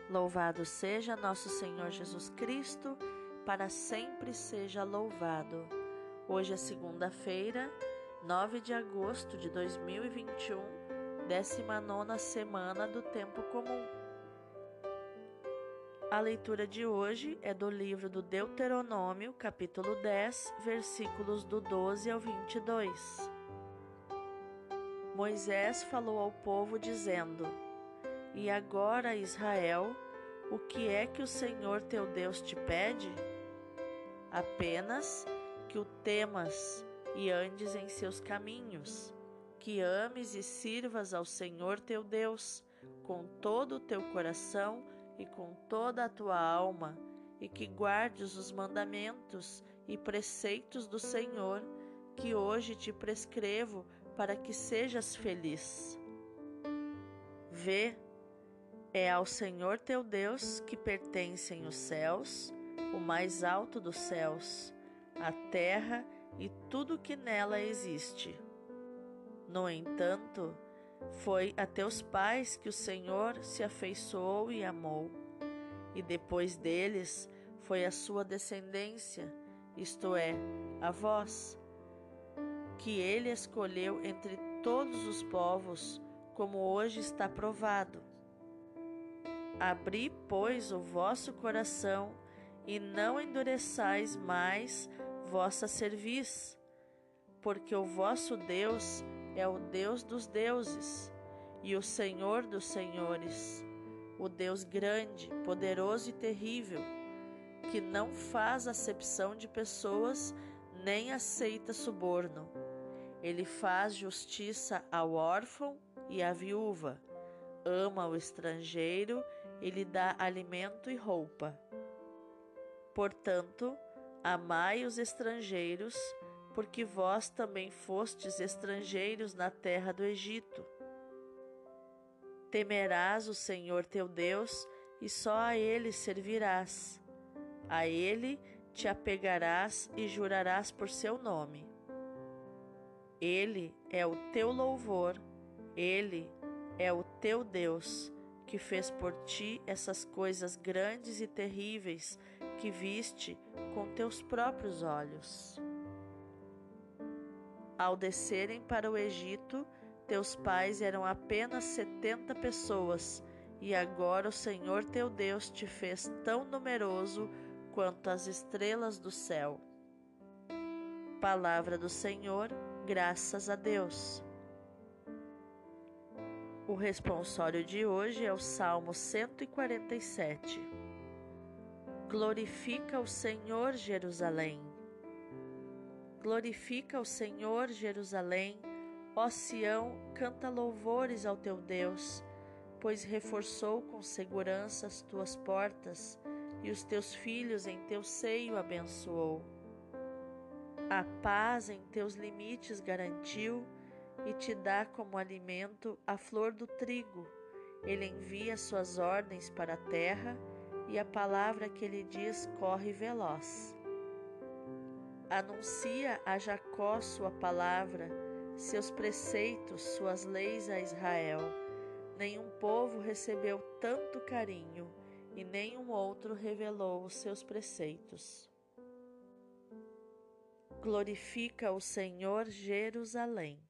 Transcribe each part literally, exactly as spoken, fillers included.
Louvado seja nosso Senhor Jesus Cristo, para sempre seja louvado. Hoje é segunda-feira, nove de agosto de dois mil e vinte e um, décima nona semana do Tempo Comum. A leitura de hoje é do livro do Deuteronômio, capítulo dez, versículos do doze ao vinte e dois. Moisés falou ao povo dizendo: E agora, Israel, o que é que o Senhor teu Deus te pede? Apenas que o temas e andes em seus caminhos, que ames e sirvas ao Senhor teu Deus com todo o teu coração e com toda a tua alma, e que guardes os mandamentos e preceitos do Senhor, que hoje te prescrevo, para que sejas feliz. Vê, é ao Senhor teu Deus que pertencem os céus, o mais alto dos céus, a terra e tudo que nela existe. No entanto, foi a teus pais que o Senhor se afeiçoou e amou, e depois deles foi a sua descendência, isto é, a vós, que ele escolheu entre todos os povos, como hoje está provado. Abri, pois, o vosso coração, e não endureçais mais vossa cerviz, porque o vosso Deus é o Deus dos deuses, e o Senhor dos senhores, o Deus grande, poderoso e terrível, que não faz acepção de pessoas, nem aceita suborno. Ele faz justiça ao órfão e à viúva, ama o estrangeiro e lhe dá alimento e roupa. Portanto, amai os estrangeiros, porque vós também fostes estrangeiros na terra do Egito. Temerás o Senhor teu Deus, e só a Ele servirás. A Ele te apegarás e jurarás por seu nome. Ele é o teu louvor, Ele é o teu Deus, que fez por ti essas coisas grandes e terríveis que viste com teus próprios olhos. Ao descerem para o Egito, teus pais eram apenas setenta pessoas, e agora o Senhor teu Deus te fez tão numeroso quanto as estrelas do céu. Palavra do Senhor, graças a Deus. O responsório de hoje é o Salmo cento e quarenta e sete. Glorifica o Senhor, Jerusalém. Glorifica o Senhor, Jerusalém. Ó Sião, canta louvores ao teu Deus, pois reforçou com segurança as tuas portas, e os teus filhos em teu seio abençoou. A paz em teus limites garantiu, e te dá como alimento a flor do trigo. Ele envia suas ordens para a terra, e a palavra que ele diz corre veloz. Anuncia a Jacó sua palavra, seus preceitos, suas leis a Israel. Nenhum povo recebeu tanto carinho, e nenhum outro revelou os seus preceitos. Glorifica o Senhor, Jerusalém.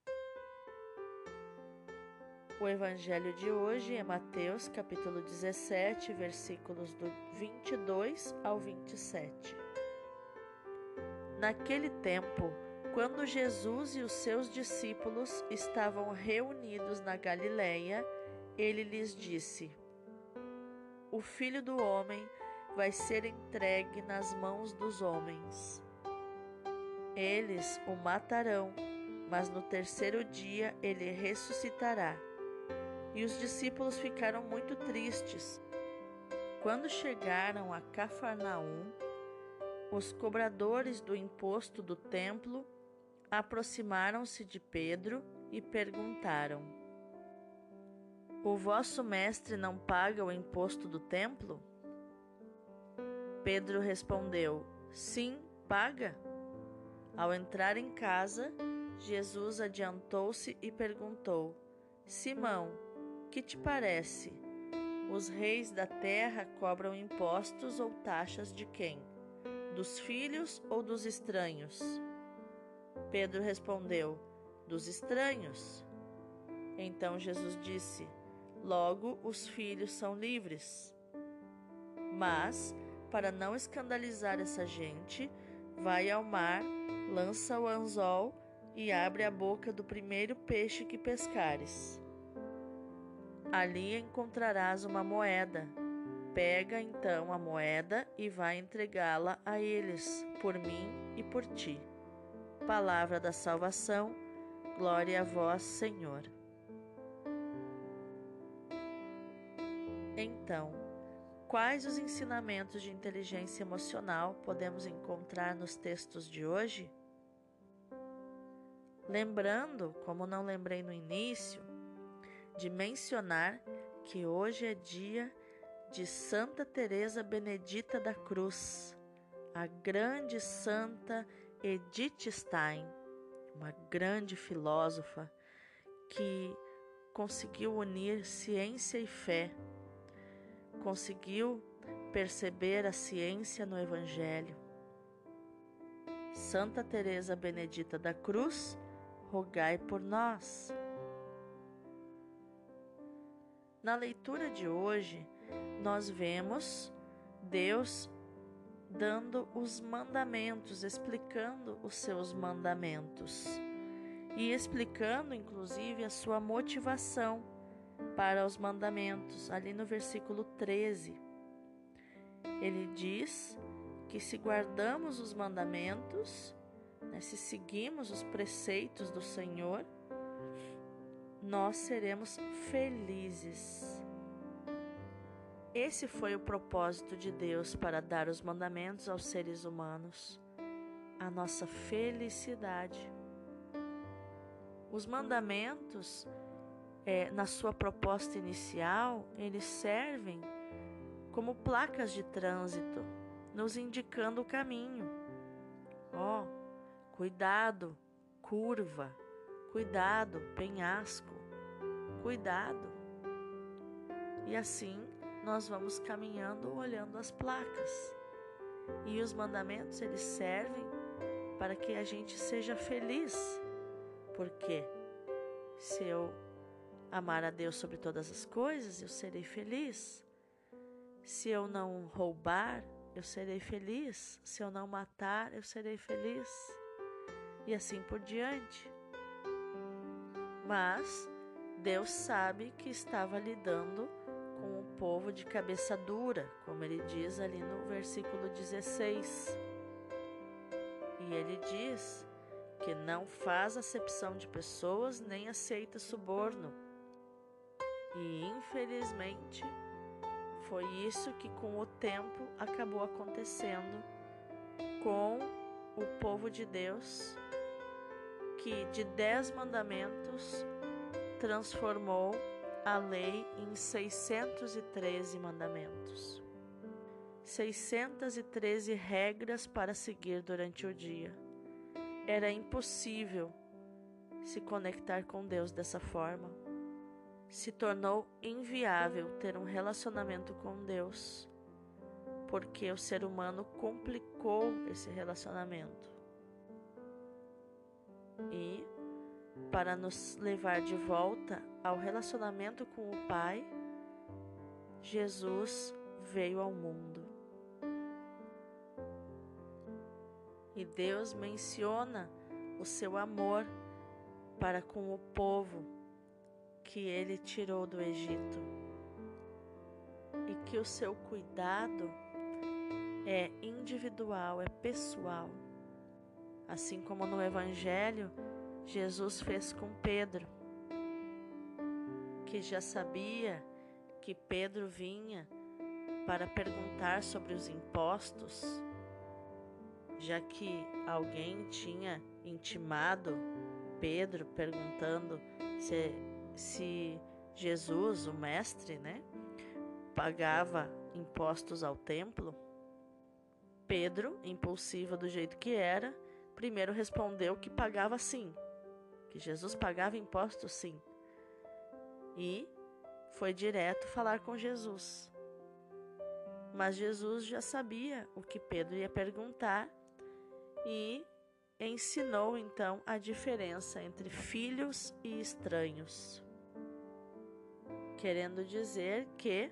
O evangelho de hoje é Mateus, capítulo dezessete, versículos do vinte e dois ao vinte e sete. Naquele tempo, quando Jesus e os seus discípulos estavam reunidos na Galileia, ele lhes disse: O Filho do Homem vai ser entregue nas mãos dos homens. Eles o matarão, mas no terceiro dia ele ressuscitará. E os discípulos ficaram muito tristes. Quando chegaram a Cafarnaum, os cobradores do imposto do templo aproximaram-se de Pedro e perguntaram: O vosso mestre não paga o imposto do templo? Pedro respondeu: Sim, paga. Ao entrar em casa, Jesus adiantou-se e perguntou: Simão, que te parece? Os reis da terra cobram impostos ou taxas de quem? Dos filhos ou dos estranhos? Pedro respondeu: dos estranhos. Então Jesus disse: logo os filhos são livres. Mas, para não escandalizar essa gente, vai ao mar, lança o anzol e abre a boca do primeiro peixe que pescares. Ali encontrarás uma moeda. Pega então a moeda e vai entregá-la a eles, por mim e por ti. Palavra da salvação, glória a vós, Senhor. Então, quais os ensinamentos de inteligência emocional podemos encontrar nos textos de hoje? Lembrando, como não lembrei no início, de mencionar que hoje é dia de Santa Teresa Benedita da Cruz, a grande santa Edith Stein, uma grande filósofa que conseguiu unir ciência e fé, conseguiu perceber a ciência no Evangelho. Santa Teresa Benedita da Cruz, rogai por nós. Na leitura de hoje, nós vemos Deus dando os mandamentos, explicando os seus mandamentos e explicando, inclusive, a sua motivação para os mandamentos. Ali no versículo treze, ele diz que se guardamos os mandamentos, né, se seguimos os preceitos do Senhor, nós seremos felizes. Esse foi o propósito de Deus para dar os mandamentos aos seres humanos, a nossa felicidade. Os mandamentos, é, na sua proposta inicial, eles servem como placas de trânsito, nos indicando o caminho. Ó, oh, cuidado, curva, cuidado, penhasco, cuidado. E assim nós vamos caminhando olhando as placas. E os mandamentos, eles servem para que a gente seja feliz. Porque se eu amar a Deus sobre todas as coisas, eu serei feliz. Se eu não roubar, eu serei feliz. Se eu não matar, eu serei feliz. E assim por diante. Mas Deus sabe que estava lidando com o povo de cabeça dura, como ele diz ali no versículo dezesseis. E ele diz que não faz acepção de pessoas nem aceita suborno. E infelizmente foi isso que com o tempo acabou acontecendo com o povo de Deus, que de dez mandamentos transformou a lei em seiscentos e treze mandamentos. seiscentas e treze regras para seguir durante o dia. Era impossível se conectar com Deus dessa forma. Se tornou inviável ter um relacionamento com Deus, porque o ser humano complicou esse relacionamento. E, para nos levar de volta ao relacionamento com o Pai, Jesus veio ao mundo. E Deus menciona o seu amor para com o povo que Ele tirou do Egito. E que o seu cuidado é individual, é pessoal. Assim como no Evangelho, Jesus fez com Pedro, que já sabia que Pedro vinha para perguntar sobre os impostos, já que alguém tinha intimado Pedro perguntando se, se Jesus, o mestre, né, pagava impostos ao templo. Pedro, impulsivo do jeito que era, primeiro respondeu que pagava sim, que Jesus pagava impostos sim. E foi direto falar com Jesus. Mas Jesus já sabia o que Pedro ia perguntar e ensinou então a diferença entre filhos e estranhos, querendo dizer que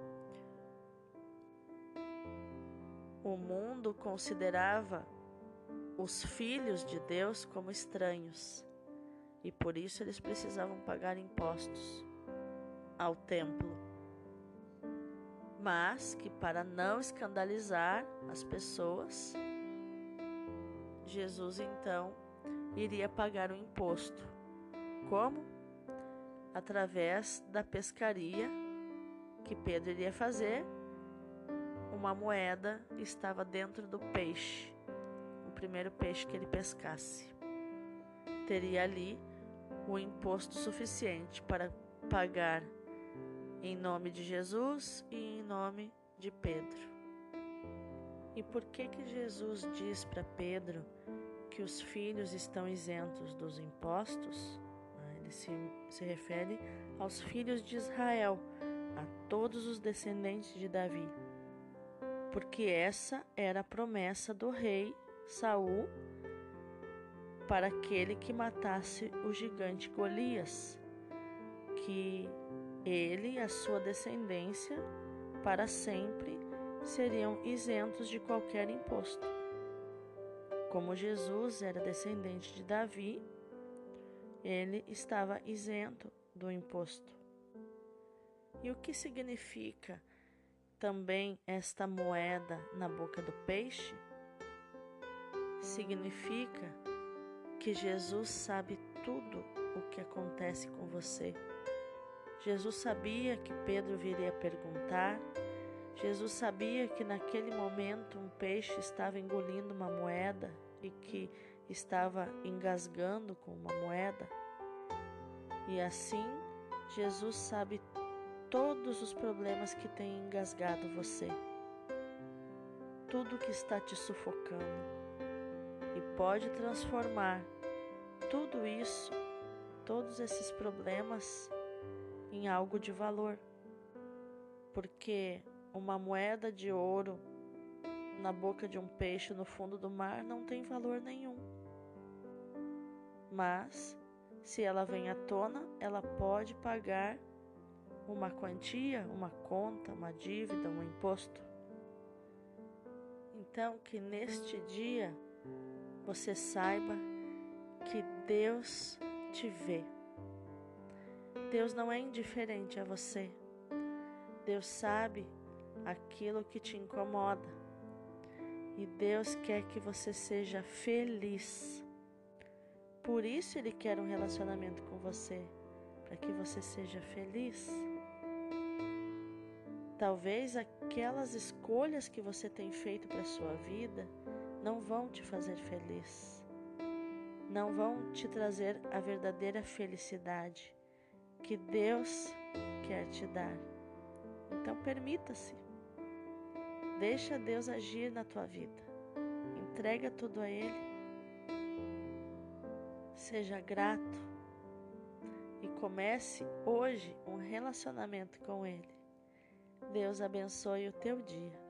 o mundo considerava os filhos de Deus como estranhos e por isso eles precisavam pagar impostos ao templo. Mas que para não escandalizar as pessoas, Jesus então iria pagar o imposto. Como? Através da pescaria que Pedro iria fazer. Uma moeda estava dentro do peixe, o primeiro peixe que ele pescasse. Teria ali o imposto suficiente para pagar em nome de Jesus e em nome de Pedro. E por que que Jesus diz para Pedro que os filhos estão isentos dos impostos? Ele se, se refere aos filhos de Israel, a todos os descendentes de Davi. Porque essa era a promessa do rei Saul para aquele que matasse o gigante Golias, que ele e a sua descendência para sempre seriam isentos de qualquer imposto. Como Jesus era descendente de Davi, ele estava isento do imposto. E o que significa também esta moeda na boca do peixe? Significa que Jesus sabe tudo o que acontece com você. Jesus sabia que Pedro viria perguntar. Jesus sabia que naquele momento um peixe estava engolindo uma moeda e que estava engasgando com uma moeda. E assim, Jesus sabe todos os problemas que têm engasgado você, tudo que está te sufocando, e pode transformar tudo isso, todos esses problemas, em algo de valor, porque uma moeda de ouro na boca de um peixe no fundo do mar não tem valor nenhum. Mas, se ela vem à tona, ela pode pagar uma quantia, uma conta, uma dívida, um imposto. Então, que neste dia você saiba que Deus te vê. Deus não é indiferente a você. Deus sabe aquilo que te incomoda. E Deus quer que você seja feliz. Por isso Ele quer um relacionamento com você, para que você seja feliz. Talvez aquelas escolhas que você tem feito para a sua vida não vão te fazer feliz. Não vão te trazer a verdadeira felicidade que Deus quer te dar. Então permita-se. Deixa Deus agir na tua vida. Entrega tudo a Ele. Seja grato e comece hoje um relacionamento com Ele. Deus abençoe o teu dia.